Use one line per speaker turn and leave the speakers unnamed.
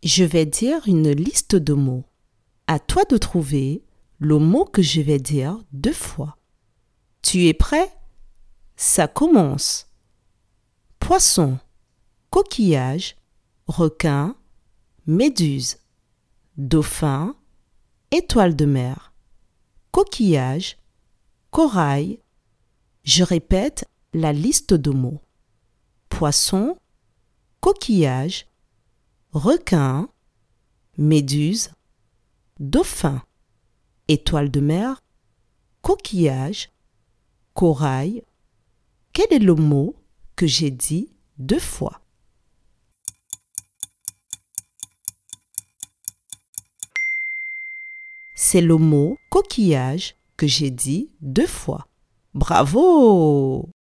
Je vais dire une liste de mots. À toi de trouver le mot que je vais dire 2 fois. Tu es prêt? Ça commence. Poisson, coquillage, requin, méduse, dauphin, étoile de mer, coquillage, corail. Je répète la liste de mots. Poisson, coquillage, requin, méduse, dauphin, étoile de mer, coquillage, corail. Quel est le mot que j'ai dit 2 fois? C'est le mot coquillage que j'ai dit 2 fois. Bravo!